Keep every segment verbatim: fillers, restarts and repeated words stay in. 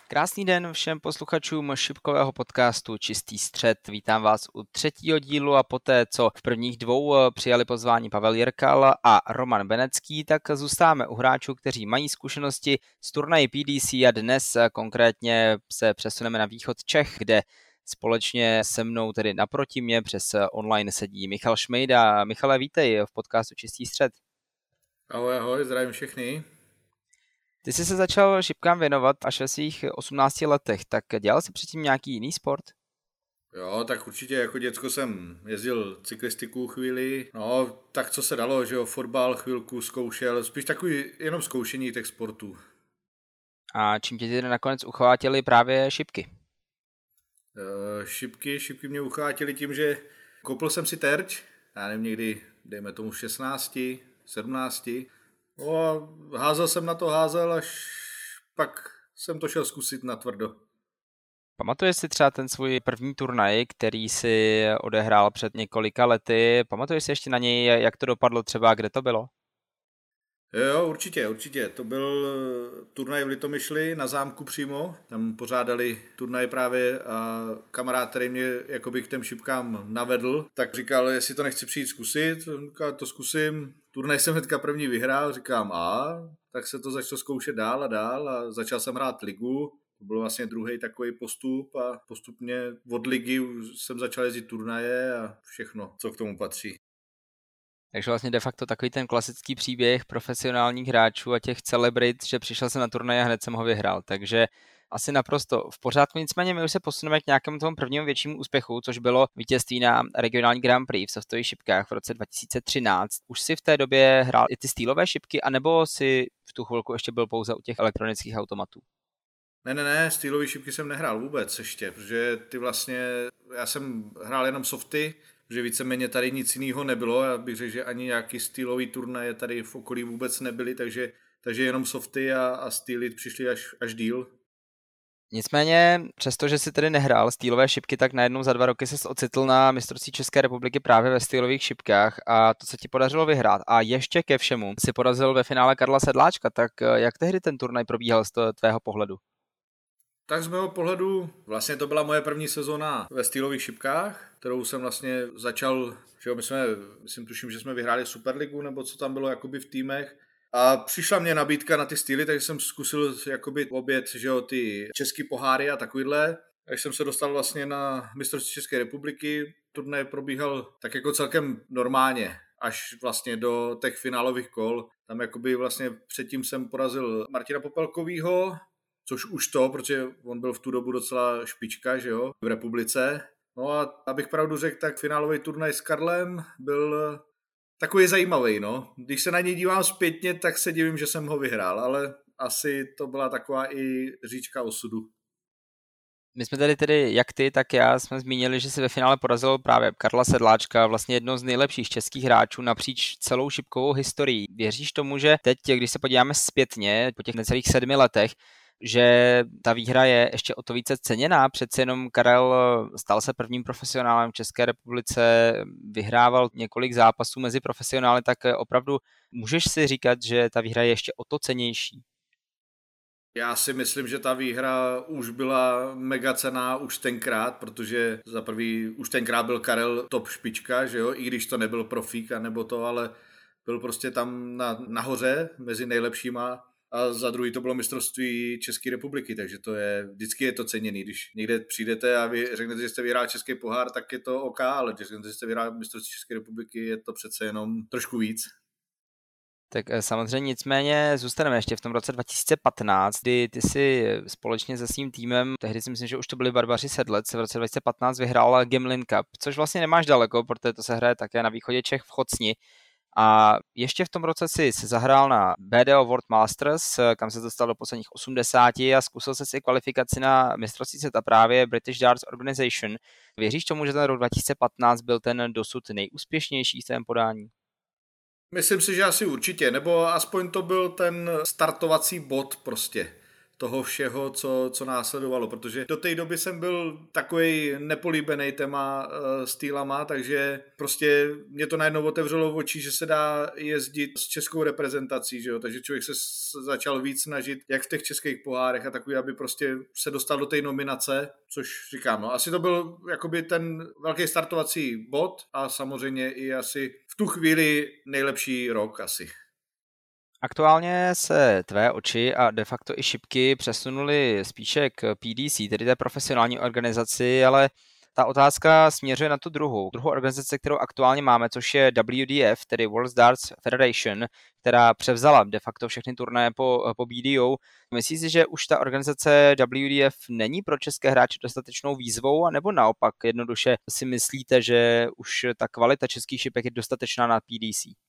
Krásný den všem posluchačům šipkového podcastu Čistý střed. Vítám vás u třetího dílu a poté, co v prvních dvou přijali pozvání Pavel Jirkal a Roman Benecký, tak zůstáváme u hráčů, kteří mají zkušenosti z turnají P D C a dnes konkrétně se přesuneme na východ Čech, kde společně se mnou, tedy naproti mě přes online sedí Michal Šmejda. Michale, vítej v podcastu Čistý střed. Ahoj, ahoj, zdravím všechny. Ty jsi se začal šipkám věnovat až ve svých osmnácti letech, tak dělal jsi předtím nějaký jiný sport? Jo, tak určitě jako děcko jsem jezdil cyklistiku chvíli, no tak co se dalo, že jo, fotbal chvilku zkoušel, spíš takový jenom zkoušení těch sportů. A čím tě tedy nakonec uchvátily právě šipky? E, šipky, šipky mě uchvátily tím, že koupil jsem si terč, já nevím, někdy, dejme tomu šestnácti, sedmnácti, no a házel jsem na to, házel, až pak jsem to šel zkusit natvrdo. Pamatuješ si třeba ten svůj první turnaj, který si odehrál před několika lety? Pamatuješ si ještě na něj, jak to dopadlo třeba, kde to bylo? Jo, určitě, určitě. To byl turnaj v Litomyšli na zámku přímo. Tam pořádali turnaj právě a kamarád, který mě jakoby k těm šipkám navedl, tak říkal, jestli to nechci přijít zkusit. Říkal, to zkusím. Turnaj jsem hnedka první vyhrál, říkám a, tak se to začalo zkoušet dál a dál a začal jsem hrát ligu. To byl vlastně druhý takový postup a postupně od ligy jsem začal jezdit turnaje a všechno, co k tomu patří. Takže vlastně de facto takový ten klasický příběh profesionálních hráčů a těch celebrit, že přišel jsem na turnaj a hned jsem ho vyhrál. Takže asi naprosto v pořádku. Nicméně my už se posuneme k nějakému tomu prvnímu většímu úspěchu, což bylo vítězství na regionální Grand Prix v softových šipkách v roce dva tisíce třináct. Už si v té době hrál i ty stýlové šipky, anebo si v tu chvilku ještě byl pouze u těch elektronických automatů? Ne, ne, ne, stýlové šipky jsem nehrál vůbec ještě, protože ty vlastně, já jsem hrál jenom softy, že víceméně tady nic jiného nebylo, já bych řekl, že ani nějaký stýlový turnaje tady v okolí vůbec nebyly, takže, takže jenom softy a, a stýly přišly až, až díl. Nicméně, přestože si tedy nehrál stýlové šipky, tak najednou za dva roky ses ocitl na mistrovství České republiky právě ve stýlových šipkách a to se ti podařilo vyhrát. A ještě ke všemu si porazil ve finále Karla Sedláčka, tak jak tehdy ten turnaj probíhal z tvého pohledu? Tak z mého pohledu, vlastně to byla moje první sezóna ve stýlových šipkách, kterou jsem vlastně začal, že jo, my jsme, myslím, tuším, že jsme vyhráli Superligu, nebo co tam bylo jakoby v týmech. A přišla mě nabídka na ty stýly, takže jsem zkusil jakoby obět, že jo, ty český poháry a takovýhle. Takže jsem se dostal vlastně na mistrovství České republiky. Turnaj probíhal tak jako celkem normálně, až vlastně do těch finálových kol. Tam jakoby vlastně předtím jsem porazil Martina Popelkovýho, což už to, protože on byl v tu dobu docela špička, že jo, v republice. No a abych pravdu řekl, tak finálový turnaj s Karlem byl takový zajímavý, no. Když se na něj dívám zpětně, tak se divím, že jsem ho vyhrál, ale asi to byla taková i říčka osudu. My jsme tady tedy, jak ty, tak já, jsme zmínili, že si ve finále porazil právě Karla Sedláčka, vlastně jedno z nejlepších českých hráčů napříč celou šipkovou historií. Věříš tomu, že teď, když se podíváme zpětně, po těch necelých sedmi letech, že ta výhra je ještě o to více ceněná? Přece jenom Karel stal se prvním profesionálem v České republice, vyhrával několik zápasů mezi profesionály, tak opravdu můžeš si říkat, že ta výhra je ještě o to cennější? Já si myslím, že ta výhra už byla mega cenná už tenkrát, protože za prvý už tenkrát byl Karel top špička, že jo, i když to nebyl profík a nebo to, ale byl prostě tam na, nahoře mezi nejlepšíma. A za druhý to bylo mistrovství České republiky, takže to je, vždycky je to ceněný. Když někde přijdete a vy řeknete, že jste vyhrál Český pohár, tak je to OK, ale když řeknete, že jste vyhrál mistrovství České republiky, je to přece jenom trošku víc. Tak samozřejmě nicméně zůstaneme ještě v tom roce dva tisíce patnáct, kdy ty si společně se svým týmem, tehdy si myslím, že už to byli Barbaři Sedlec, v roce dva tisíce patnáct vyhrál Gemlin Cup, což vlastně nemáš daleko, protože to se hraje také na východě Čech v Chocni. A ještě v tom roce si zahrál na B D O World Masters, kam se dostal do posledních osmdesáti a zkusil se si kvalifikaci na mistrovství světa právě British Darts Organization. Věříš tomu, že ten rok dva tisíce patnáct byl ten dosud nejúspěšnější v tvém podání? Myslím si, že asi určitě, nebo aspoň to byl ten startovací bod prostě. toho všeho, co, co následovalo, protože do té doby jsem byl takový nepolíbený téma uh, s týlama, takže prostě mě to najednou otevřelo v oči, že se dá jezdit s českou reprezentací, že jo? Takže člověk se s, začal víc snažit, jak v těch českých pohárech a takový, aby prostě se dostal do té nominace, což říkám, no asi to byl jakoby ten velký startovací bod a samozřejmě i asi v tu chvíli nejlepší rok asi. Aktuálně se tvé oči a de facto i šipky přesunuly spíše k P D C, tedy té profesionální organizaci, ale ta otázka směřuje na tu druhou. Druhou organizaci, kterou aktuálně máme, což je W D F, tedy World Darts Federation, která převzala de facto všechny turnaje po, po B D O. Myslíš si, že už ta organizace W D F není pro české hráče dostatečnou výzvou, nebo naopak jednoduše si myslíte, že už ta kvalita českých šipek je dostatečná na P D C?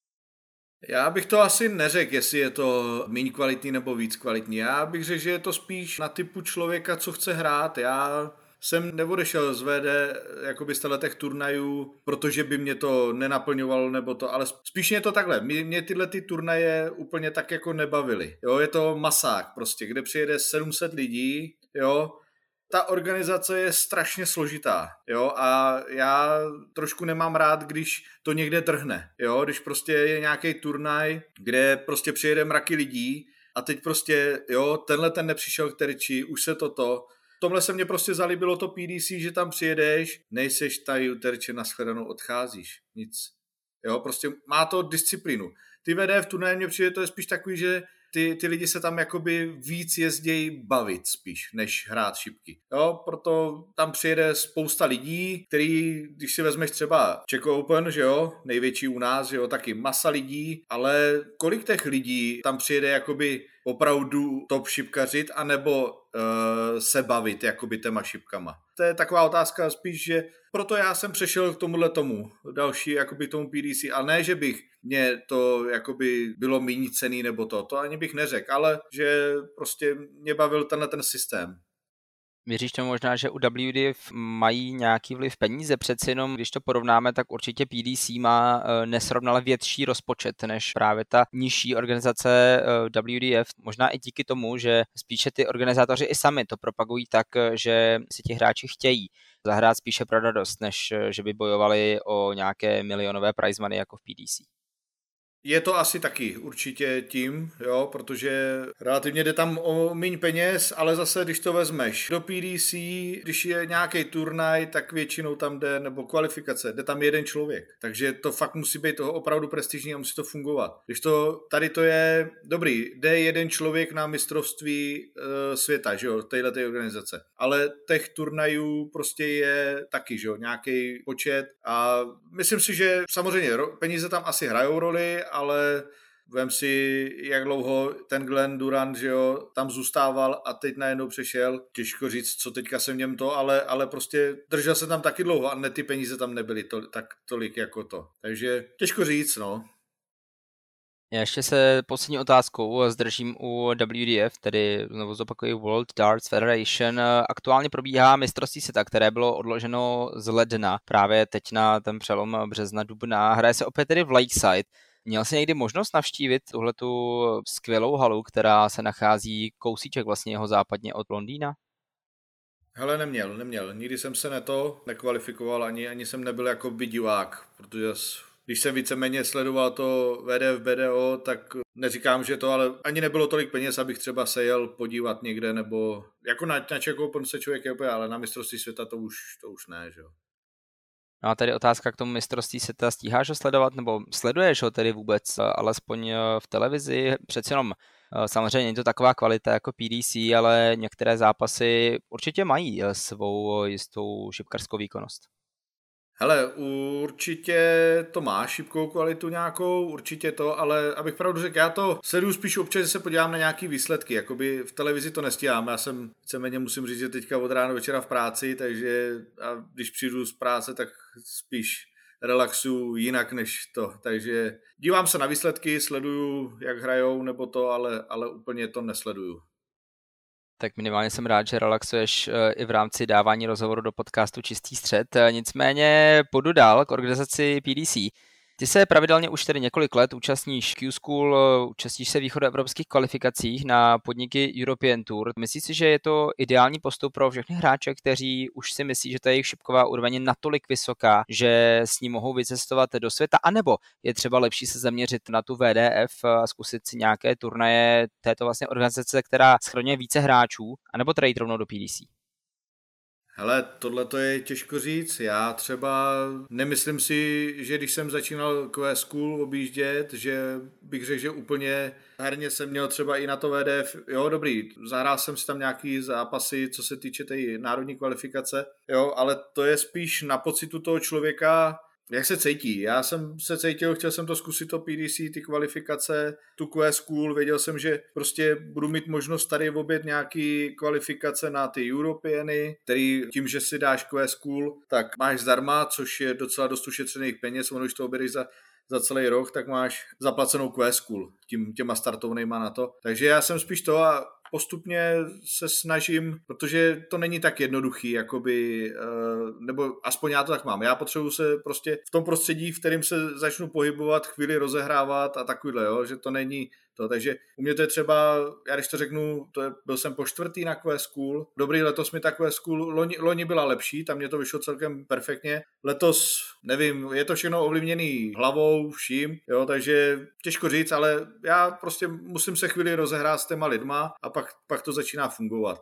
Já bych to asi neřekl, jestli je to méně kvalitní nebo víc kvalitní. Já bych řekl, že je to spíš na typu člověka, co chce hrát. Já jsem neodešel z V D jakoby z těch turnajů, protože by mě to nenaplňovalo nebo to, ale spíš mě to takhle. Mě, mě tyhle ty turnaje úplně tak jako nebavily. Jo, je to masák prostě, kde přijede sedm set lidí, jo. Ta organizace je strašně složitá, jo, a já trošku nemám rád, když to někde trhne, jo, když prostě je nějaký turnaj, kde prostě přijede mraky lidí a teď prostě, jo, tenhle ten nepřišel k terči, už se toto. V tomhle se mně prostě zalíbilo to P D C, že tam přijedeš, nejseš tady u terče, nashledanou, odcházíš, nic, jo, prostě má to disciplínu. Ty V D F turnaje mně přijde, to je spíš takový, že Ty, ty lidi se tam jakoby víc jezdějí bavit spíš, než hrát šipky. Jo, proto tam přijede spousta lidí, který, když si vezmeš třeba Czech Open, že jo, největší u nás, že jo, taky masa lidí, ale kolik těch lidí tam přijede jakoby opravdu top šipkařit, anebo uh, se bavit jakoby těma šipkama. To je taková otázka spíš, že proto já jsem přešel k tomuhle tomu, další jakoby tomu P D C, a ne, že bych mě to jakoby bylo méně cený nebo to, to ani bych neřekl, ale že prostě mě bavil tenhle ten systém. Věříš tomu možná, že u W D F mají nějaký vliv peníze? Přeci jenom, když to porovnáme, tak určitě P D C má nesrovnale větší rozpočet než právě ta nižší organizace W D F. Možná i díky tomu, že spíše ty organizátoři i sami to propagují tak, že si ti hráči chtějí zahrát spíše pro radost, než že by bojovali o nějaké milionové prize money jako v P D C. Je to asi taky určitě tím, jo, protože relativně jde tam o méně peněz, ale zase, když to vezmeš do P D C, když je nějaký turnaj, tak většinou tam jde, nebo kvalifikace, jde tam jeden člověk. Takže to fakt musí být toho opravdu prestižní a musí to fungovat. Když to, tady to je dobrý, jde jeden člověk na mistrovství e, světa, že jo, téhleté organizace. Ale těch turnajů prostě je taky, že jo, nějaký počet a myslím si, že samozřejmě peníze tam asi hrajou roli, ale vem si, jak dlouho ten Glenn Durant, že jo, tam zůstával a teď najednou přešel. Těžko říct, co teďka se v něm to, ale, ale prostě držel se tam taky dlouho a ne, ty peníze tam nebyly to, tak tolik jako to. Takže těžko říct, no. Já ještě se poslední otázkou zdržím u W D F, tedy znovu zopakuji World Darts Federation. Aktuálně probíhá mistrovství světa, které bylo odloženo z ledna, právě teď na ten přelom března, dubna. Hraje se opět tedy v Lakeside. Měl jsi někdy možnost navštívit tuhletu skvělou halu, která se nachází kousíček vlastně jeho západně od Londýna? Hele, neměl, neměl. Nikdy jsem se na to nekvalifikoval, ani, ani jsem nebyl jako by divák, protože když jsem víceméně sledoval to V D F, B D O, tak neříkám, že to, ale ani nebylo tolik peněz, abych třeba se jel podívat někde, nebo jako na, na Czech Open se člověk je, ale na mistrovství světa to už, to už ne, že jo. No a tady otázka k tomu mistrovství světa, stíháš ho sledovat, nebo sleduješ ho tedy vůbec, alespoň v televizi? Přeci jenom samozřejmě není to taková kvalita jako P D C, ale některé zápasy určitě mají svou jistou šipkarskou výkonnost. Hele, určitě to má šipkou kvalitu nějakou, určitě to, ale abych pravdu řekl, já to sleduju spíš občas, že se podívám na nějaký výsledky, jakoby v televizi to nestíhám, já jsem víceméně musím říct, že teďka od rána večera v práci, takže a když přijdu z práce, tak spíš relaxuju jinak než to, takže dívám se na výsledky, sleduju, jak hrajou nebo to, ale, ale úplně to nesleduju. Tak minimálně jsem rád, že relaxuješ i v rámci dávání rozhovoru do podcastu Čistý střed. Nicméně půjdu dál k organizaci P D C. Ty se pravidelně už tedy několik let účastníš Q-School, účastníš se východoevropských kvalifikacích na podniky European Tour. Myslíš si, že je to ideální postup pro všechny hráče, kteří už si myslí, že ta jejich šipková úroveň je natolik vysoká, že s ní mohou vycestovat do světa, anebo je třeba lepší se zaměřit na tu V D F a zkusit si nějaké turnaje této vlastně organizace, která schroňuje více hráčů, anebo teda jít rovnou do P D C? Hele, tohle to je těžko říct. Já třeba nemyslím si, že když jsem začínal Q School objíždět, že bych řekl, že úplně herně jsem měl třeba i na to V D F. Jo, dobrý, zahrál jsem si tam nějaký zápasy, co se týče té národní kvalifikace, jo, ale to je spíš na pocitu toho člověka, jak se cítí. Já jsem se cítil, chtěl jsem to zkusit to P D C, ty kvalifikace, tu Q School, věděl jsem, že prostě budu mít možnost tady obět nějaký kvalifikace na ty Europeany, který tím, že si dáš Q School, tak máš zdarma, což je docela dost ušetřených peněz, ono, když to objedeš za za celý rok, tak máš zaplacenou Q School tím, těma startovnejma na to. Takže já jsem spíš to a postupně se snažím, protože to není tak jednoduchý, jakoby, nebo aspoň já to tak mám. Já potřebuji se prostě v tom prostředí, v kterém se začnu pohybovat, chvíli rozehrávat a takovýhle, jo, že to není to. Takže u mě to je třeba, já když to řeknu, to je, byl jsem po čtvrtý na Q School. Dobrý, letos mi ta Q School, loni, loni byla lepší, tam mě to vyšlo celkem perfektně. Letos, nevím, je to všechno ovlivněný hlavou, vším, jo, takže těžko říct, ale já prostě musím se chvíli rozehrát s těma lidma a pak, pak to začíná fungovat.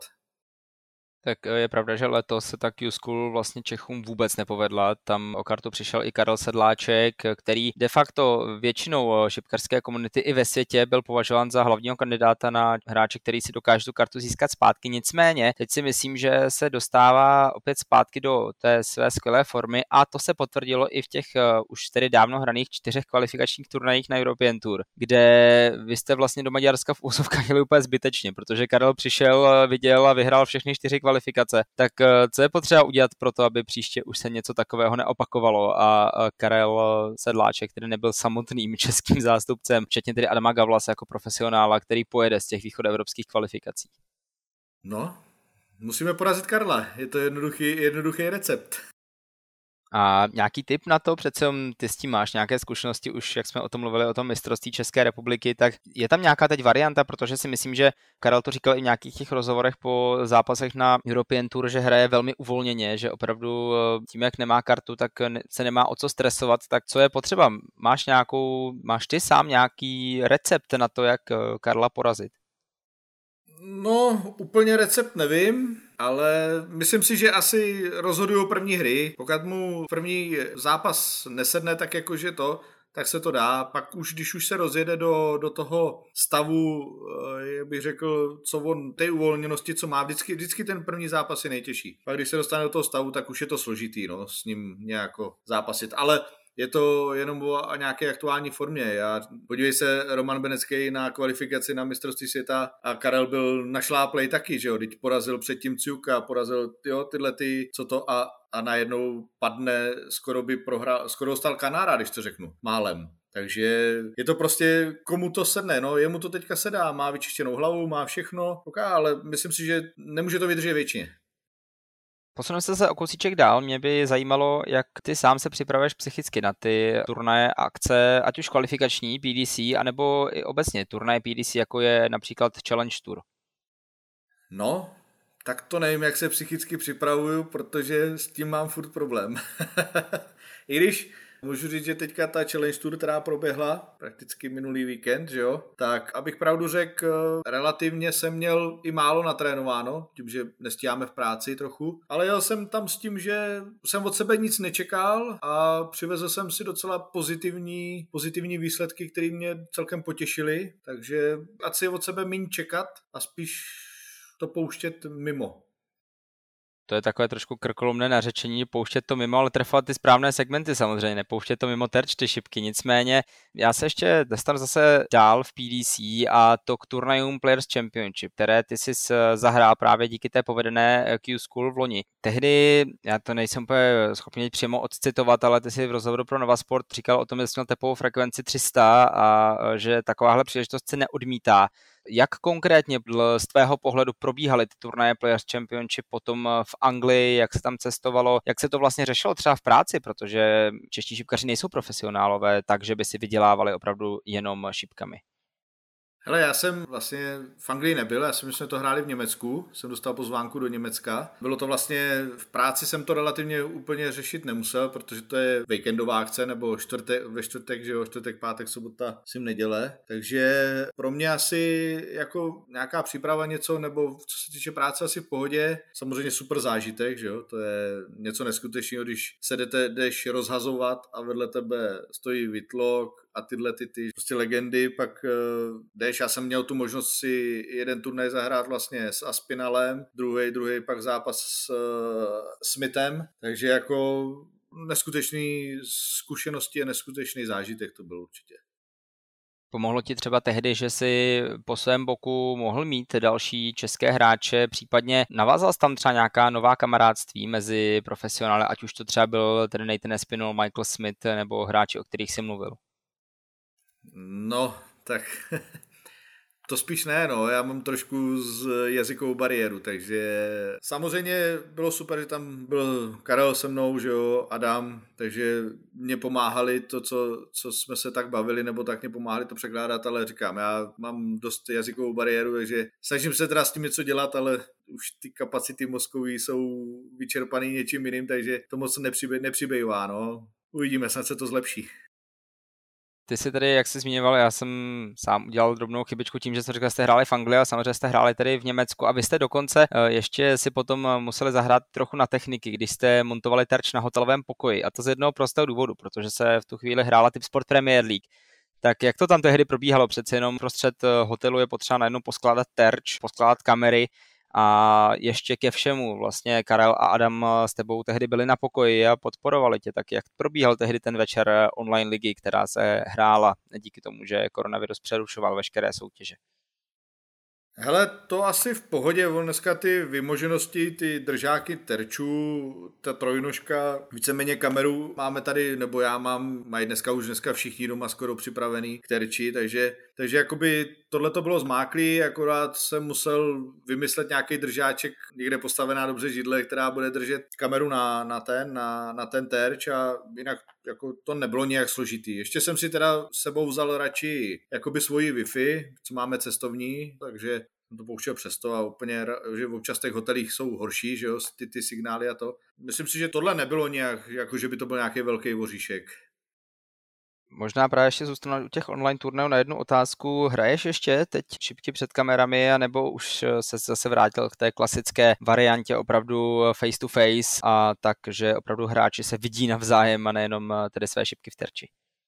Tak je pravda, že letos se ta Q-School vlastně Čechům vůbec nepovedla. Tam o kartu přišel i Karel Sedláček, který de facto většinou šipkarské komunity i ve světě byl považován za hlavního kandidáta na hráče, který si dokáže tu kartu získat zpátky. Nicméně, teď si myslím, že se dostává opět zpátky do té své skvělé formy a to se potvrdilo i v těch uh, už tedy dávno hraných čtyřech kvalifikačních turnajích na European Tour, kde vy jste vlastně do Maďarska v úzovkách jeli úplně zbytečně, protože Karel přišel, viděl a vyhrál všechny čtyři kvalifikace. Tak co je potřeba udělat pro to, aby příště už se něco takového neopakovalo a Karel Sedláček, který nebyl samotným českým zástupcem, včetně tedy Adama Gavlase jako profesionála, který pojede z těch východoevropských kvalifikací? No, musíme porazit Karla, je to jednoduchý, jednoduchý recept. A nějaký tip na to, přece ty s tím máš nějaké zkušenosti už, jak jsme o tom mluvili, o tom mistrovství České republiky, tak je tam nějaká teď varianta, protože si myslím, že Karel to říkal i v nějakých těch rozhovorech po zápasech na European Tour, že hraje velmi uvolněně, že opravdu tím, jak nemá kartu, tak se nemá o co stresovat, tak co je potřeba? Máš nějakou, máš ty sám nějaký recept na to, jak Karla porazit? No, úplně recept nevím, ale myslím si, že asi rozhodují první hry. Pokud mu první zápas nesedne tak jakože to, tak se to dá. Pak už, když už se rozjede do, do toho stavu, jak bych řekl, co on, té uvolněnosti, co má, vždycky, vždycky ten první zápas je nejtěžší. Pak když se dostane do toho stavu, tak už je to složitý, no, s ním nějak zápasit. Ale je to jenom o nějaké aktuální formě. Já, podívej se, Roman Benecký na kvalifikaci na mistrovství světa a Karel byl našláplej taky, že jo, teď porazil předtím Ciuka, porazil jo, tyhle ty, co to a, a najednou padne, skoro by prohrál, skoro dostal Kanára, když to řeknu, málem. Takže je to prostě, komu to sedne, no, jemu to teďka sedá, má vyčištěnou hlavu, má všechno, ale myslím si, že nemůže to vydržet většině. Posuneme se se o kousíček dál, mě by zajímalo, jak ty sám se připravuješ psychicky na ty turnaje, akce, ať už kvalifikační P D C, anebo i obecně turnaje P D C, jako je například Challenge Tour. No, tak to nevím, jak se psychicky připravuju, protože s tím mám furt problém. I když můžu říct, že teďka ta Challenge Tour, která proběhla prakticky minulý víkend, že jo, tak abych pravdu řekl, relativně jsem měl i málo natrénováno, tím, že nestíháme v práci trochu, ale jel jsem tam s tím, že jsem od sebe nic nečekal a přivezl jsem si docela pozitivní, pozitivní výsledky, které mě celkem potěšily, takže ať si od sebe méně čekat a spíš to pouštět mimo. To je takové trošku krkolomné nařečení, pouštět to mimo, ale trefovat ty správné segmenty samozřejmě, nepouštět to mimo terč ty šipky. Nicméně já se ještě dostanu zase dál v P D C a to k turnajům Players Championship, které ty jsi zahrál právě díky té povedené Q-School v loni. Tehdy, já to nejsem úplně schopný přímo odcitovat, ale ty jsi v rozhovoru pro Nova Sport říkal o tom, že jsi měl tepovou frekvenci tři sta a že takováhle příležitost se neodmítá. Jak konkrétně z tvého pohledu probíhaly ty turnaje Players Championship potom v Anglii, jak se tam cestovalo, jak se to vlastně řešilo třeba v práci, protože čeští šipkaři nejsou profesionálové, takže by si vydělávali opravdu jenom šipkami. Hele, já jsem vlastně v Anglii nebyl, já jsem, že jsme to hráli v Německu, jsem dostal pozvánku do Německa. Bylo to vlastně, v práci jsem to relativně úplně řešit nemusel, protože to je víkendová akce, nebo čtvrtek, ve čtvrtek, že jo, čtvrtek, pátek, sobota, jsem neděle. Takže pro mě asi jako nějaká příprava něco, nebo co se týče práce asi v pohodě, samozřejmě super zážitek, že jo, to je něco neskutečného, když se jdete, jdeš rozhazovat a vedle tebe stojí Whitlock a tyhle ty, ty prostě legendy, pak uh, jdeš, já jsem měl tu možnost si jeden turnaj zahrát vlastně s Aspinalem, druhý, druhý pak zápas s uh, Smithem, takže jako neskutečný zkušenosti a neskutečný zážitek to byl určitě. Pomohlo ti třeba tehdy, že si po svém boku mohl mít další české hráče, případně navázal jsi tam třeba nějaká nová kamarádství mezi profesionály, ať už to třeba byl ten Nathan Aspinall, Michael Smith nebo hráči, o kterých jsi mluvil? No, tak to spíš ne, no, já mám trošku z jazykovou bariéru, takže samozřejmě bylo super, že tam byl Karel se mnou, že jo, Adam, takže mě pomáhali to, co, co jsme se tak bavili, nebo tak mě pomáhali to překládat, ale říkám, já mám dost jazykovou bariéru, takže snažím se teda s tím něco dělat, ale už ty kapacity mozkový jsou vyčerpaný něčím jiným, takže to moc nepřibe, nepřibývá, no. Uvidíme, snad se to zlepší. Ty jsi tady, jak jsi zmiňoval, já jsem sám udělal drobnou chybičku tím, že jste říkal, že jste hráli v Anglii a samozřejmě jste hráli tady v Německu a vy jste dokonce ještě si potom museli zahrát trochu na techniky, když jste montovali terč na hotelovém pokoji, a to z jednoho prostého důvodu, protože se v tu chvíli hrála Tipsport Premier League. Tak jak to tam tehdy probíhalo? Přece jenom prostřed hotelu je potřeba najednou poskládat terč, poskládat kamery a ještě ke všemu vlastně Karel a Adam s tebou tehdy byli na pokoji a podporovali tě. Tak jak probíhal tehdy ten večer online ligy, která se hrála díky tomu, že koronavirus přerušoval veškeré soutěže? Hele, to asi v pohodě, on dneska ty vymoženosti, ty držáky terčů, ta trojnožka, víceméně kameru máme tady, nebo já mám, mají dneska už dneska všichni doma skoro připravený k terči, takže, takže jakoby tohle to bylo zmáklý, akorát jsem musel vymyslet nějaký držáček, někde postavená dobře židle, která bude držet kameru na, na ten, na, na ten terč, a jinak jako to nebylo nějak složitý. Ještě jsem si teda sebou vzal radši jakoby svoji Wi-Fi, co máme cestovní, takže jsem to pouštěl přesto a úplně, že občas v těch hotelích jsou horší, že jo, ty, ty signály a to. Myslím si, že tohle nebylo nějak, jako že by to byl nějaký velký voříšek. Možná právě ještě zůstanu u těch online turnajů na jednu otázku. Hraješ ještě teď šipky před kamerami, anebo už se zase vrátil k té klasické variantě opravdu face to face a tak, že opravdu hráči se vidí navzájem a nejenom tedy své šipky v terči?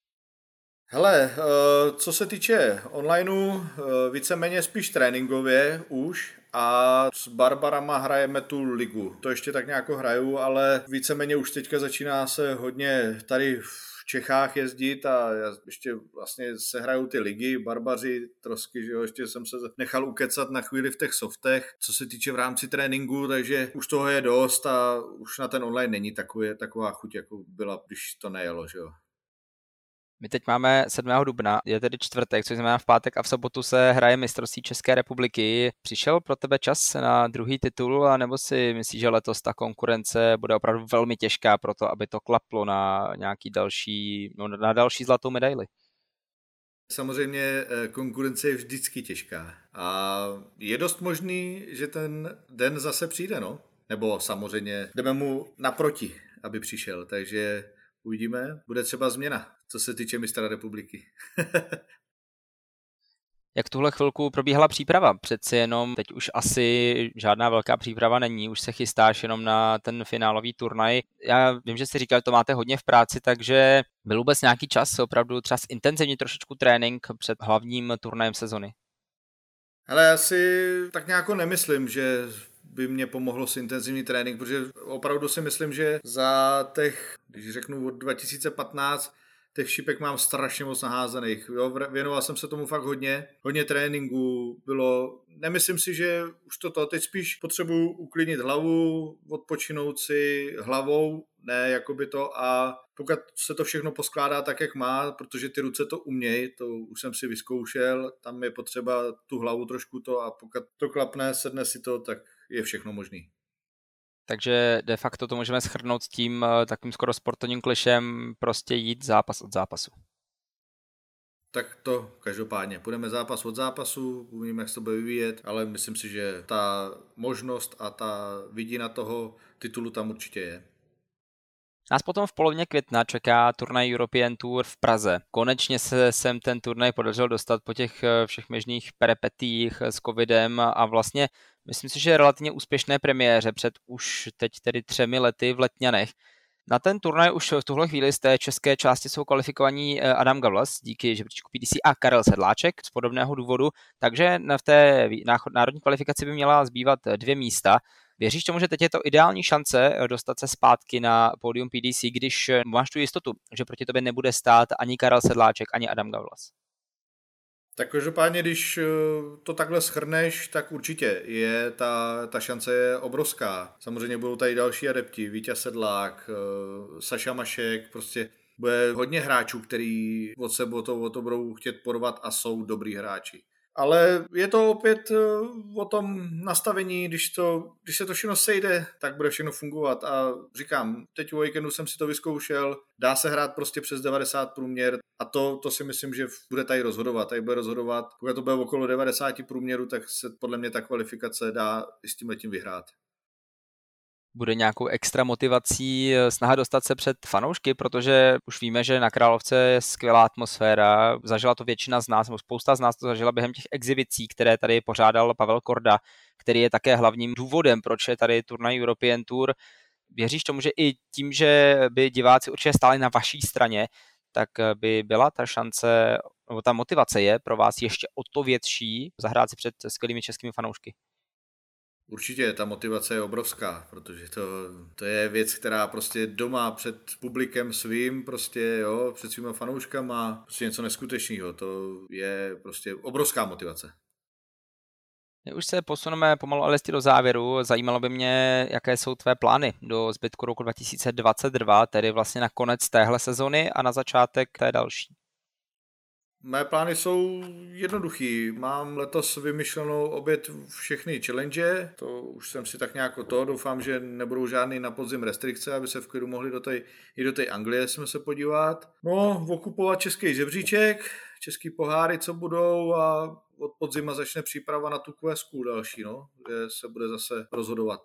Hele, co se týče onlineu, víceméně spíš tréninkově už, a s Barbarama hrajeme tu ligu. To ještě tak nějak hraju, ale víceméně už teďka začíná se hodně tady v Čechách jezdit a já ještě vlastně se hrajou ty ligy, Barbaři, Trosky, že jo, ještě jsem se nechal ukecat na chvíli v těch softech, co se týče v rámci tréninku, takže už toho je dost a už na ten online není takové, taková chuť, jako byla, když to nejelo, že jo. My teď máme sedmého dubna, je tedy čtvrtek, což znamená v pátek a v sobotu se hraje mistrovství České republiky. Přišel pro tebe čas na druhý titul, anebo si myslíš, že letos ta konkurence bude opravdu velmi těžká pro to, aby to klaplo na nějaký další, no, na další zlatou medaili? Samozřejmě konkurence je vždycky těžká a je dost možný, že ten den zase přijde, no. Nebo samozřejmě jdeme mu naproti, aby přišel, takže uvidíme, bude třeba změna, co se týče mistra republiky. Jak tuhle chvilku probíhala příprava? Přeci jenom teď už asi žádná velká příprava není, už se chystáš jenom na ten finálový turnaj. Já vím, že jsi říkal, že to máte hodně v práci, takže byl vůbec nějaký čas opravdu třeba zintenzivnit trošičku trénink před hlavním turnajem sezony? Hele, já si tak nějak nemyslím, že by mě pomohlo s intenzivní trénink, protože opravdu si myslím, že za těch, když řeknu od dva tisíce patnáct, těch šipek mám strašně moc naházených. Jo, věnoval jsem se tomu fakt hodně, hodně tréninku bylo, nemyslím si, že už toto, teď spíš potřebuji uklidnit hlavu, odpočinout si hlavou, ne jakoby to a pokud se to všechno poskládá tak, jak má, protože ty ruce to umějí, to už jsem si vyzkoušel, tam je potřeba tu hlavu trošku to a pokud to klapne, sedne si to, tak je všechno možný. Takže de facto to můžeme shrnout tím takým skoro sportovním klišem, prostě jít zápas od zápasu. Tak to každopádně. Půjdeme zápas od zápasu, uvidíme, jak se to bude vyvíjet, ale myslím si, že ta možnost a ta vidina toho titulu tam určitě je. Nás potom v polovině května čeká turnaj European Tour v Praze. Konečně se sem ten turnaj podařilo dostat po těch všech možných peripetích s covidem a vlastně myslím si, že relativně úspěšné premiéře před už teď tedy třemi lety v Letňanech. Na ten turnaj už v tuhle chvíli z té české části jsou kvalifikovaní Adam Gavlas díky žebříčku P D C a Karel Sedláček z podobného důvodu, takže v té národní kvalifikaci by měla zbývat dvě místa. Věříš tomu, že teď je to ideální šance dostat se zpátky na pódium P D C, když máš tu jistotu, že proti tobě nebude stát ani Karel Sedláček, ani Adam Gavlas? Tak každopádně, když to takhle shrneš, tak určitě je, ta, ta šance je obrovská. Samozřejmě budou tady další adepti, Víťa Sedlák, Saša Mašek, prostě bude hodně hráčů, který od sebe o to, o to budou chtět porvat a jsou dobrý hráči. Ale je to opět o tom nastavení, když, to, když se to všechno sejde, tak bude všechno fungovat. A říkám, teď u weekendu jsem si to vyzkoušel, dá se hrát prostě přes devadesát průměr a to, to si myslím, že bude tady rozhodovat. Tady bude rozhodovat, pokud to bude okolo devadesát průměru, tak se podle mě ta kvalifikace dá i s tímhletím vyhrát. Bude nějakou extra motivací snaha dostat se před fanoušky, protože už víme, že na Královce je skvělá atmosféra, zažila to většina z nás, nebo spousta z nás to zažila během těch exibicí, které tady pořádal Pavel Korda, který je také hlavním důvodem, proč je tady turnaj European Tour. Věříš tomu, že i tím, že by diváci určitě stáli na vaší straně, tak by byla ta šance, nebo ta motivace je pro vás ještě o to větší zahrát si před skvělými českými fanoušky? Určitě ta motivace je obrovská, protože to, to je věc, která prostě doma před publikem svým, prostě jo, před svýma fanouškama, prostě něco neskutečného, to je prostě obrovská motivace. My už se posuneme pomalu ale do závěru. Zajímalo by mě, jaké jsou tvé plány do zbytku roku dva tisíce dvacet dva, tedy vlastně na konec téhle sezony a na začátek té další. Mé plány jsou jednoduchý. Mám letos vymyšlenou obět všechny challenge, to už jsem si tak nějak o to, doufám, že nebudou žádný na podzim restrikce, aby se v klidu mohli do té, i do té Anglie jsme se podívat. No, okupovat český žebříček, český poháry, co budou a od podzima začne příprava na tu questku další, no, kde se bude zase rozhodovat.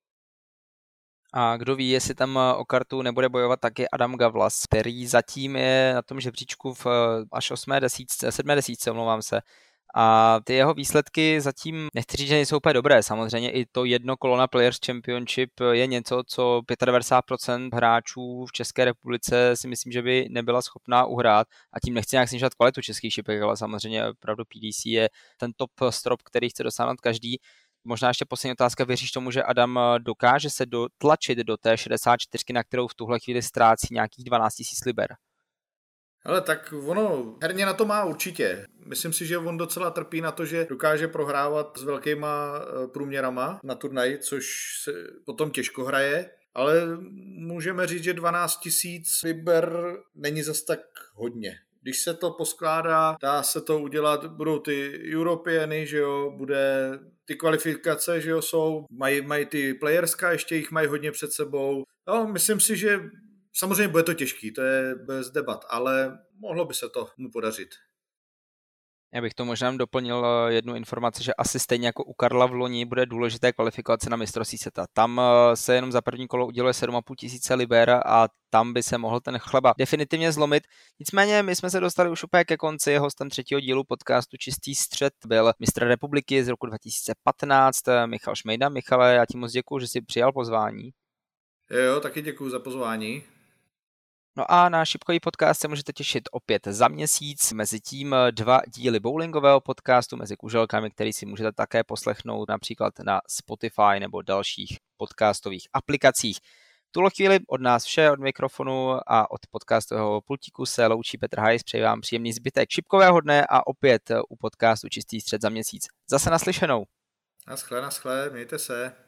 A kdo ví, jestli tam o kartu nebude bojovat taky Adam Gavlas, který zatím je na tom žebříčku v až osmé desítce, sedmé desítce, omlouvám se. A ty jeho výsledky zatím, nechci říct, že nejsou úplně dobré. Samozřejmě i to jedno kolo na Players Championship je něco, co devadesát pět procent hráčů v České republice si myslím, že by nebyla schopná uhrát. A tím nechci nějak snižovat kvalitu českých šipek, ale samozřejmě opravdu P D C je ten top strop, který chce dosáhnout každý. Možná ještě poslední otázka, věříš tomu, že Adam dokáže se dotlačit do té šedesát čtyřky, na kterou v tuhle chvíli ztrácí nějakých dvanáct tisíc liber? Ale tak ono herně na to má určitě. Myslím si, že on docela trpí na to, že dokáže prohrávat s velkýma průměrama na turnaji, což se potom těžko hraje. Ale můžeme říct, že dvanáct tisíc liber není zas tak hodně. Když se to poskládá, dá se to udělat, budou ty Europeany, že jo, bude ty kvalifikace, že jo, jsou, mají, mají ty playerska, ještě jich mají hodně před sebou. No, myslím si, že samozřejmě bude to těžký, to je bez debat, ale mohlo by se to mu podařit. Já bych to možná doplnil jednu informaci, že asi stejně jako u Karla v loni bude důležité kvalifikace na mistrovství světa. Tam se jenom za první kolo uděluje sedm a půl tisíce liber a tam by se mohl ten chleba definitivně zlomit. Nicméně my jsme se dostali už úplně ke konci. Hostem třetího dílu podcastu Čistý střed byl mistr republiky z roku dva tisíce patnáct Michal Šmejda. Michale, já ti moc děkuju, že jsi přijal pozvání. Jo, taky děkuju za pozvání. No a na šipkový podcast se můžete těšit opět za měsíc, mezi tím dva díly bowlingového podcastu mezi kuželkami, který si můžete také poslechnout například na Spotify nebo dalších podcastových aplikacích. tuhle chvíli od nás vše, od mikrofonu a od podcastového pultíku se loučí Petr Hajs, přeji vám příjemný zbytek šipkového dne a opět u podcastu Čistý střed za měsíc. Zase naslyšenou. Naschle, naschle, mějte se.